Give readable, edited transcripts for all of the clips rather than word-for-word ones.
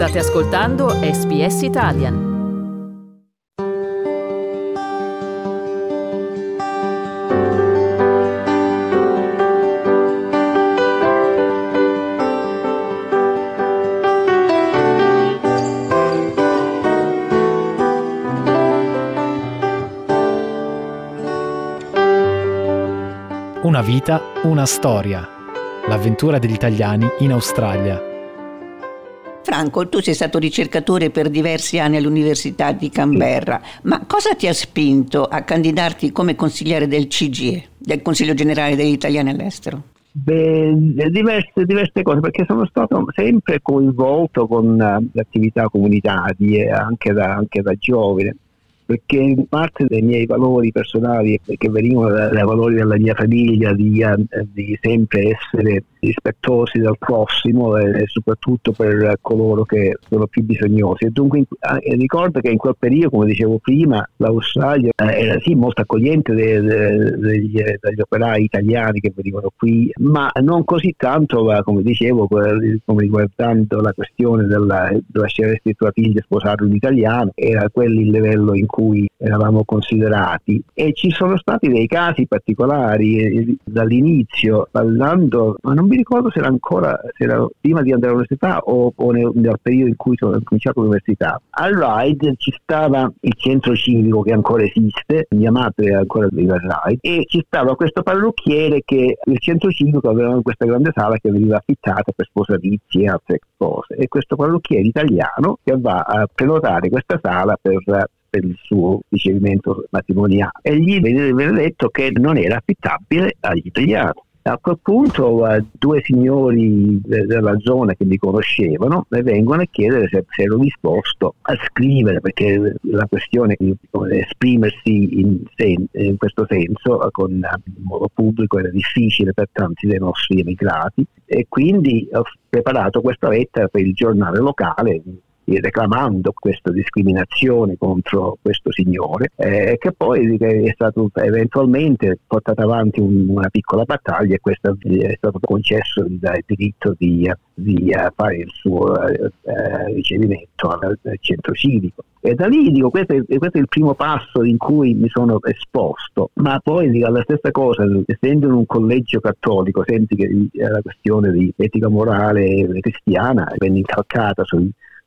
State ascoltando SBS Italian. Una vita, una storia. L'avventura degli italiani in Australia. Franco, tu sei stato ricercatore per diversi anni all'Università di Canberra, ma cosa ti ha spinto a candidarti come consigliere del CGIE, del Consiglio Generale degli Italiani all'Estero? Diverse cose, perché sono stato sempre coinvolto con le attività comunitarie anche da giovane, perché parte dei miei valori personali, che venivano dai valori della mia famiglia, di sempre essere rispettosi del prossimo e soprattutto per coloro che sono più bisognosi. E dunque ricordo che in quel periodo, come dicevo prima, l'Australia era sì molto accogliente degli operai italiani che venivano qui, ma non così tanto, come dicevo, come riguardando la questione della scegliere tua figlia e sposare un italiano, era quello il livello in cui eravamo considerati. E ci sono stati dei casi particolari dall'inizio, parlando, ma non mi ricordo se era prima di andare all'università o nel periodo in cui ho cominciato l'università. Al Ryde ci stava il centro civico che ancora esiste, mia madre ancora vive al Ryde, e ci stava questo parrucchiere che il centro civico aveva questa grande sala che veniva affittata per sposalizi e altre cose, e questo parrucchiere italiano che va a prenotare questa sala per il suo ricevimento matrimoniale, e gli venne detto che non era affittabile agli italiani. A quel punto due signori della zona che mi conoscevano mi vengono a chiedere se ero disposto a scrivere, perché la questione di esprimersi in questo senso in modo pubblico era difficile per tanti dei nostri emigrati, e quindi ho preparato questa lettera per il giornale locale reclamando questa discriminazione contro questo signore, che poi è stato eventualmente portata avanti una piccola battaglia, e questo è stato concesso il diritto di fare il suo ricevimento al centro civico. E da lì dico, questo è il primo passo in cui mi sono esposto, ma poi dico, la stessa cosa, essendo in un collegio cattolico, senti che la questione di etica morale cristiana venne incalcata sui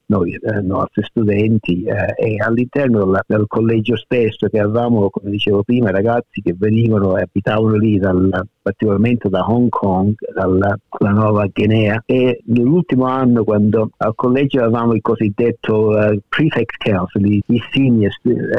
nostri studenti, e all'interno del collegio stesso, che avevamo, come dicevo prima, ragazzi che venivano e abitavano lì particolarmente da Hong Kong, dalla Nuova Guinea, e nell'ultimo anno, quando al collegio avevamo il cosiddetto prefect council, i seniors,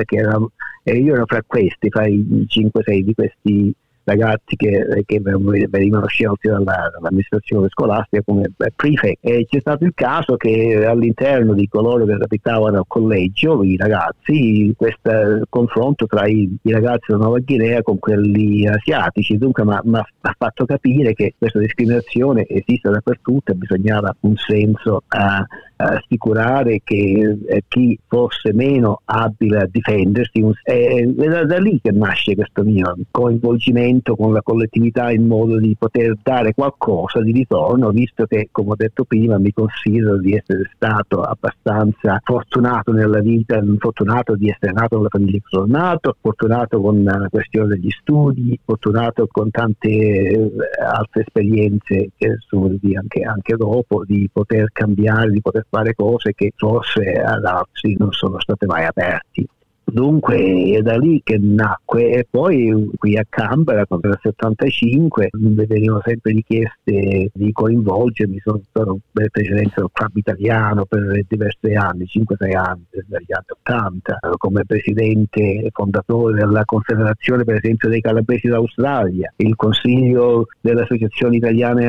e io ero fra i 5-6 di questi ragazzi che venivano scelti dall'amministrazione scolastica come prefect, e c'è stato il caso che all'interno di coloro che abitavano al collegio, i ragazzi, questo confronto tra i ragazzi della Nuova Guinea con quelli asiatici, dunque mi ha fatto capire che questa discriminazione esiste dappertutto, e bisognava un senso a assicurare che chi fosse meno abile a difendersi, è da lì che nasce questo mio coinvolgimento con la collettività, in modo di poter dare qualcosa di ritorno, visto che, come ho detto prima, mi considero di essere stato abbastanza fortunato nella vita, fortunato di essere nato nella famiglia che sono nato, fortunato con la questione degli studi, fortunato con tante altre esperienze che sono anche dopo, di poter cambiare, di poter fare cose che forse ad altri non sono state mai aperti. Dunque è da lì che nacque, e poi qui a Canberra, quando era il 75, mi venivano sempre richieste di coinvolgermi. Sono stato presidente del club italiano per diversi anni, 5-6 anni, dagli anni 80, come presidente fondatore della Confederazione, per esempio, dei Calabresi d'Australia, il consiglio dell'Associazione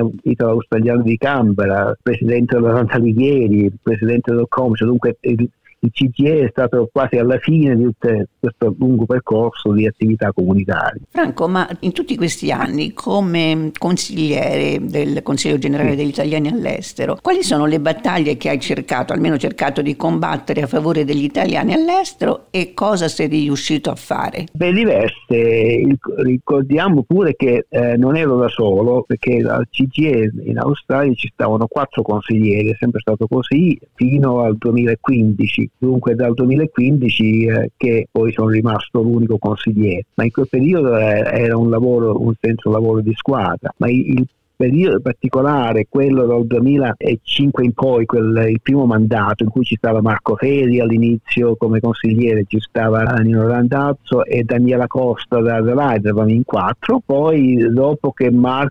Italo-Australiana di Canberra, presidente della Santa Alighieri, presidente del Commercio. Dunque il CGIE è stato quasi alla fine di tutto questo lungo percorso di attività comunitarie. Franco, ma in tutti questi anni come consigliere del Consiglio Generale degli Italiani all'estero, quali sono le battaglie che hai cercato, almeno cercato di combattere a favore degli italiani all'estero, e cosa sei riuscito a fare? Diverse. Ricordiamo pure che non ero da solo, perché al CGIE in Australia ci stavano 4 consiglieri, è sempre stato così fino al 2015, dunque dal 2015 che poi sono rimasto l'unico consigliere, ma in quel periodo era un lavoro di squadra, ma il periodo particolare, quello dal 2005 in poi, il primo mandato in cui ci stava Marco Feri all'inizio come consigliere, ci stava Nino Randazzo e Daniela Costa da Adelaide, eravamo in 4, poi dopo che Marco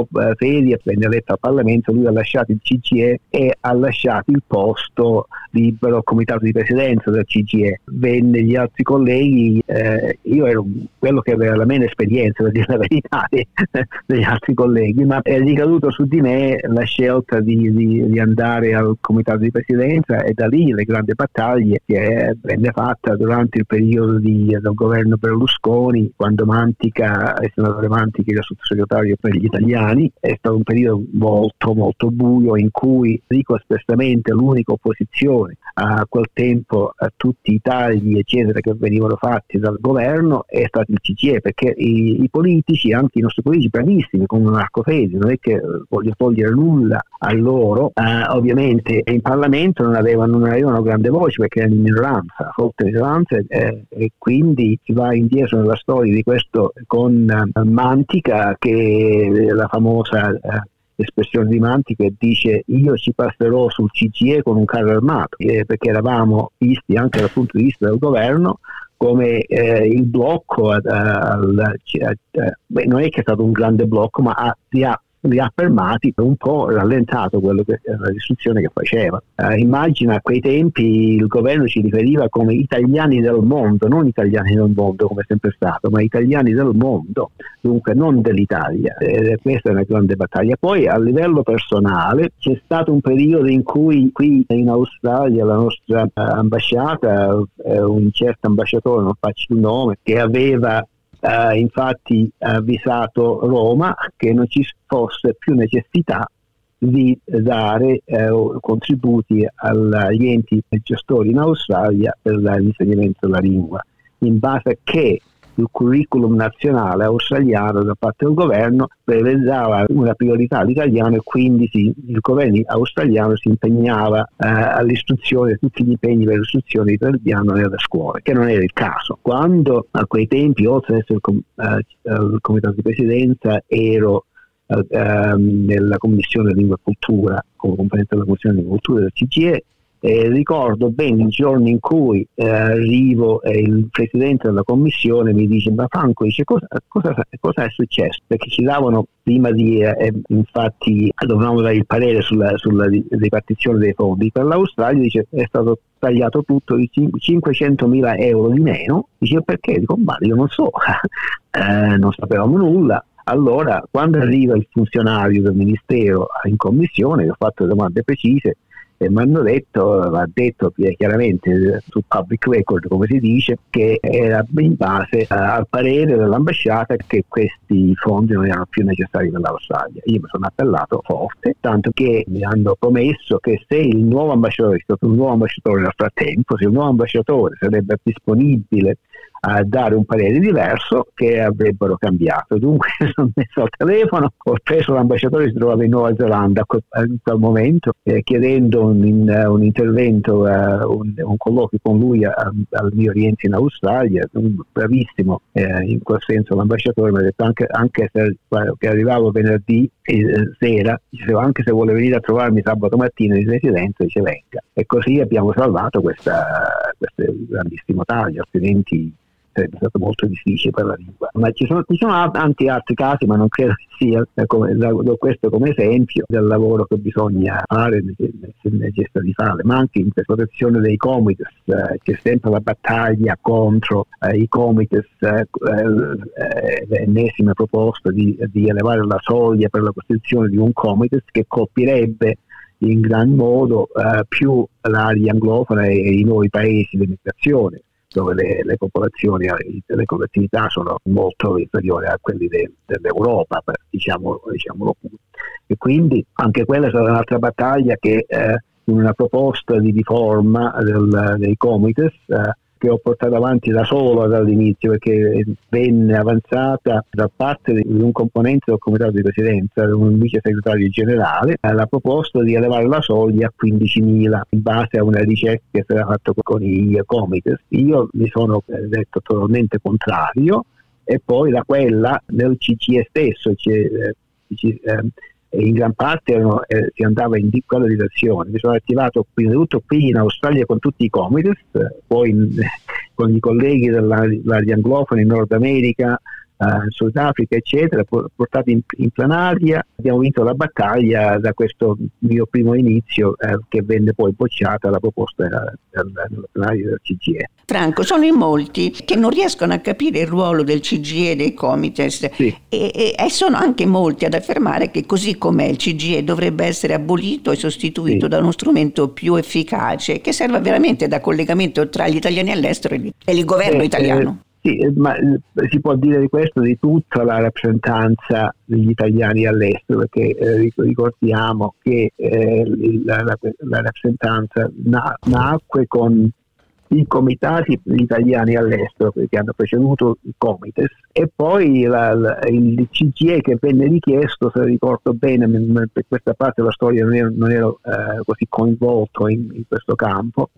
Feri venne eletto al Parlamento, lui ha lasciato il CGIE e ha lasciato il posto libero al comitato di presidenza del CGIE. Venne gli altri colleghi, io ero quello che aveva la meno esperienza, per dire la verità, degli altri colleghi, ma è ricaduto su di me la scelta di andare al comitato di presidenza, e da lì le grandi battaglie che venne fatta durante il periodo del governo Berlusconi, quando il senatore Mantica era sottosegretario per gli italiani. È stato un periodo molto molto buio, in cui, dico espressamente, l'unica opposizione a quel tempo a tutti i tagli eccetera che venivano fatti dal governo è stato il CGIE, perché i politici, anche i nostri politici bravissimi come Marco Fedi, non è che voglio togliere nulla a loro, ovviamente in Parlamento non avevano grande voce, perché erano in minoranza, forte minoranza, e quindi si va indietro nella storia di questo con Mantica, che la famosa espressione di Mantica che dice: io ci passerò sul CGIE con un carro armato, perché eravamo visti anche dal punto di vista del governo come il blocco non è che è stato un grande blocco, ma li ha fermati, un po' rallentato quello che era la distruzione che faceva. Immagina, a quei tempi il governo ci riferiva come italiani del mondo, non italiani del mondo come è sempre stato, ma italiani del mondo, dunque non dell'Italia. Questa è una grande battaglia. Poi a livello personale c'è stato un periodo in cui qui in Australia la nostra ambasciata, un certo ambasciatore, non faccio il nome, che aveva infatti avvisato Roma che non ci fosse più necessità di dare contributi agli enti gestori in Australia per l'insegnamento della lingua, in base a che il curriculum nazionale australiano da parte del governo prevedeva una priorità all'italiano, e quindi il governo australiano si impegnava all'istruzione, tutti gli impegni per l'istruzione dell'italiano nelle scuole, che non era il caso. Quando a quei tempi, oltre ad essere il comitato di presidenza, ero nella commissione lingua e cultura, come componente della commissione lingua e cultura del CGIE, ricordo bene il giorno in cui arrivo e il presidente della commissione mi dice: ma Franco, dice, cosa è successo? Perché ci davano prima infatti dovevamo dare il parere sulla ripartizione dei fondi per l'Australia. Dice: è stato tagliato tutto di 500.000 euro di meno. Dice: perché? Dico: ma io non so, non sapevamo nulla. Allora, quando arriva il funzionario del ministero in commissione, ho fatto domande precise e mi hanno va detto chiaramente su public record, come si dice, che era in base al parere dell'ambasciata che questi fondi non erano più necessari per l'Australia. Io mi sono appellato forte, tanto che mi hanno promesso che se il nuovo ambasciatore, è stato un nuovo ambasciatore nel frattempo, se il nuovo ambasciatore sarebbe disponibile a dare un parere diverso, che avrebbero cambiato. Dunque sono messo al telefono, ho preso l'ambasciatore che si trovava in Nuova Zelanda in quel momento, chiedendo un intervento, un colloquio con lui al mio rientro in Australia. Bravissimo in quel senso l'ambasciatore, mi ha detto anche se che arrivavo venerdì sera, diceva, anche se vuole venire a trovarmi sabato mattina in residenza, dice venga. E così abbiamo salvato questo grandissimo taglio, altrimenti sarebbe stato molto difficile per la lingua. Ma ci sono tanti altri casi, ma non credo che sia do questo come esempio del lavoro che bisogna fare, necessita di fare, ma anche in protezione dei comites. C'è sempre la battaglia contro i comites, l'ennesima proposta di elevare la soglia per la costituzione di un comites che colpirebbe in gran modo più l'area anglofona e i nuovi paesi di migrazione, dove le popolazioni, le collettività sono molto inferiori a quelli dell'Europa, diciamolo pure. E quindi anche quella sarà un'altra battaglia che in una proposta di riforma dei Comites che ho portato avanti da solo dall'inizio, perché venne avanzata da parte di un componente del comitato di presidenza, un vice segretario generale, la proposta di elevare la soglia a 15.000 in base a una ricerca che sarà fatta con i Comites. Io mi sono detto totalmente contrario, e poi da quella nel CGIE stesso in gran parte si andava in quella direzione. Mi sono attivato prima di tutto qui in Australia con tutti i Comites, poi con i colleghi dell'area anglofona in Nord America, in Sudafrica eccetera, portati in plenaria. Abbiamo vinto la battaglia da questo mio primo inizio, che venne poi bocciata la proposta della plenaria del CGIE. Franco, sono in molti che non riescono a capire il ruolo del CGIE e dei Comites, sì. e sono anche molti ad affermare che così com'è il CGIE dovrebbe essere abolito e sostituito da uno strumento più efficace che serva veramente da collegamento tra gli italiani all'estero e il governo italiano. Sì, ma si può dire di questo di tutta la rappresentanza degli italiani all'estero, perché ricordiamo che la rappresentanza nacque con i comitati italiani all'estero che hanno preceduto i Comites, e poi il CGIE che venne richiesto, se ricordo bene, per questa parte della storia non ero così coinvolto in questo campo,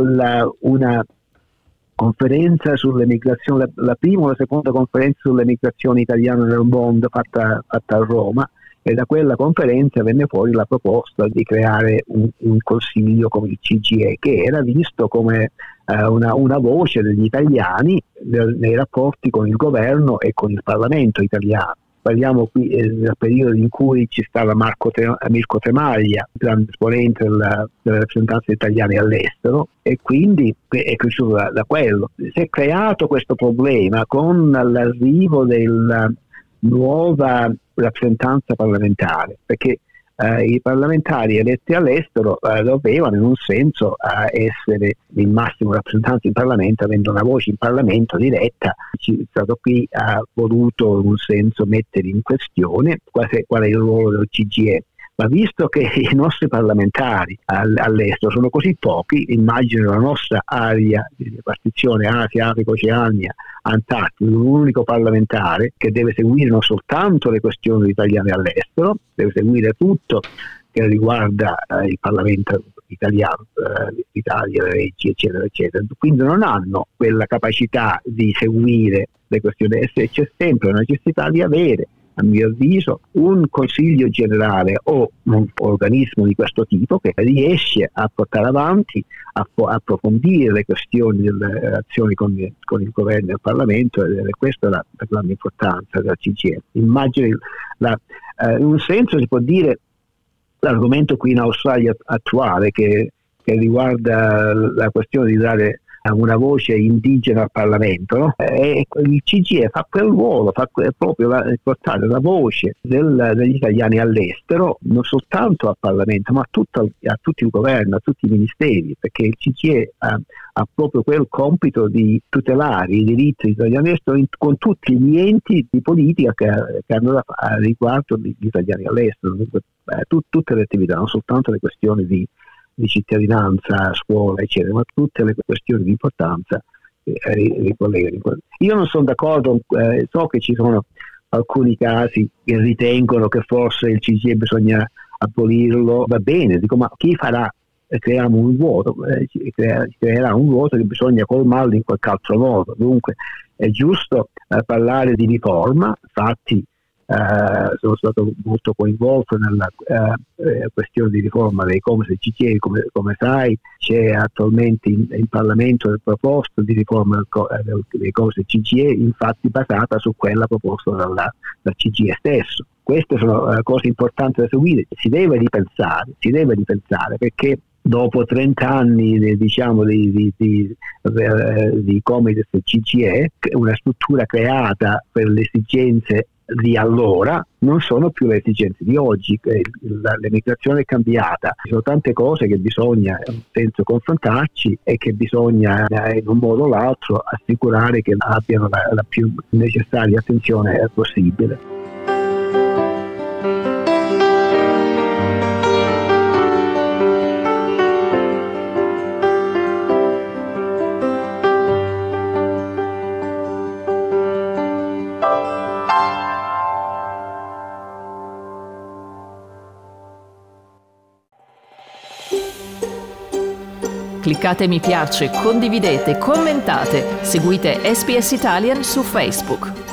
una conferenza sulle migrazioni, la prima o la seconda conferenza sulle migrazioni italiane nel mondo fatta a Roma, e da quella conferenza venne fuori la proposta di creare un consiglio come il CGIE, che era visto come una voce degli italiani nei rapporti con il governo e con il Parlamento italiano. Parliamo qui del periodo in cui ci stava Mirko Tremaglia, grande esponente delle rappresentanze italiane all'estero, e quindi è cresciuto da quello. Si è creato questo problema con l'arrivo della nuova rappresentanza parlamentare, perché i parlamentari eletti all'estero dovevano in un senso essere il massimo rappresentante in Parlamento, avendo una voce in Parlamento diretta. È stato qui voluto in un senso mettere in questione qual è il ruolo del CGIE. Ma visto che i nostri parlamentari all'estero sono così pochi, immagino la nostra area di ripartizione Asia, Africa, Oceania, Antartide, un unico parlamentare che deve seguire non soltanto le questioni italiane all'estero, deve seguire tutto che riguarda il Parlamento italiano, l'Italia, le leggi, eccetera, eccetera. Quindi non hanno quella capacità di seguire le questioni, e c'è sempre una necessità di avere, a mio avviso, un consiglio generale o un organismo di questo tipo che riesce a portare avanti, a approfondire le questioni delle relazioni con il governo e il Parlamento, e questa è la grande importanza della CGIE. Immagini, in un senso si può dire l'argomento qui in Australia attuale che riguarda la questione di dare una voce indigena al Parlamento, no? E il CGIE fa quel ruolo, fa proprio portare la voce degli italiani all'estero non soltanto al Parlamento, ma a tutto il governo, a tutti i ministeri, perché il CGIE ha proprio quel compito di tutelare i diritti degli italiani all'estero con tutti gli enti di politica che hanno riguardo gli italiani all'estero, tutte le attività, non soltanto le questioni di cittadinanza, scuola, eccetera, ma tutte le questioni di importanza ricollegano. Io non sono d'accordo, so che ci sono alcuni casi che ritengono che forse il CGIE bisogna abolirlo, va bene, dico, ma chi farà? Creiamo un vuoto, creerà un vuoto che bisogna colmarlo in qualche altro modo. Dunque è giusto parlare di riforma. Infatti sono stato molto coinvolto nella questione di riforma dei Comites e CGIE, come sai c'è attualmente in Parlamento il proposto di riforma dei Comites e CGIE, infatti basata su quella proposta dal CGIE stesso. Queste sono cose importanti da seguire, si deve ripensare perché dopo 30 anni di Comites e CGIE, una struttura creata per le esigenze di allora non sono più le esigenze di oggi. L'emigrazione è cambiata, ci sono tante cose che bisogna in un senso confrontarci e che bisogna in un modo o l'altro assicurare che abbiano la più necessaria attenzione possibile. Cliccate mi piace, condividete, commentate, seguite SBS Italian su Facebook.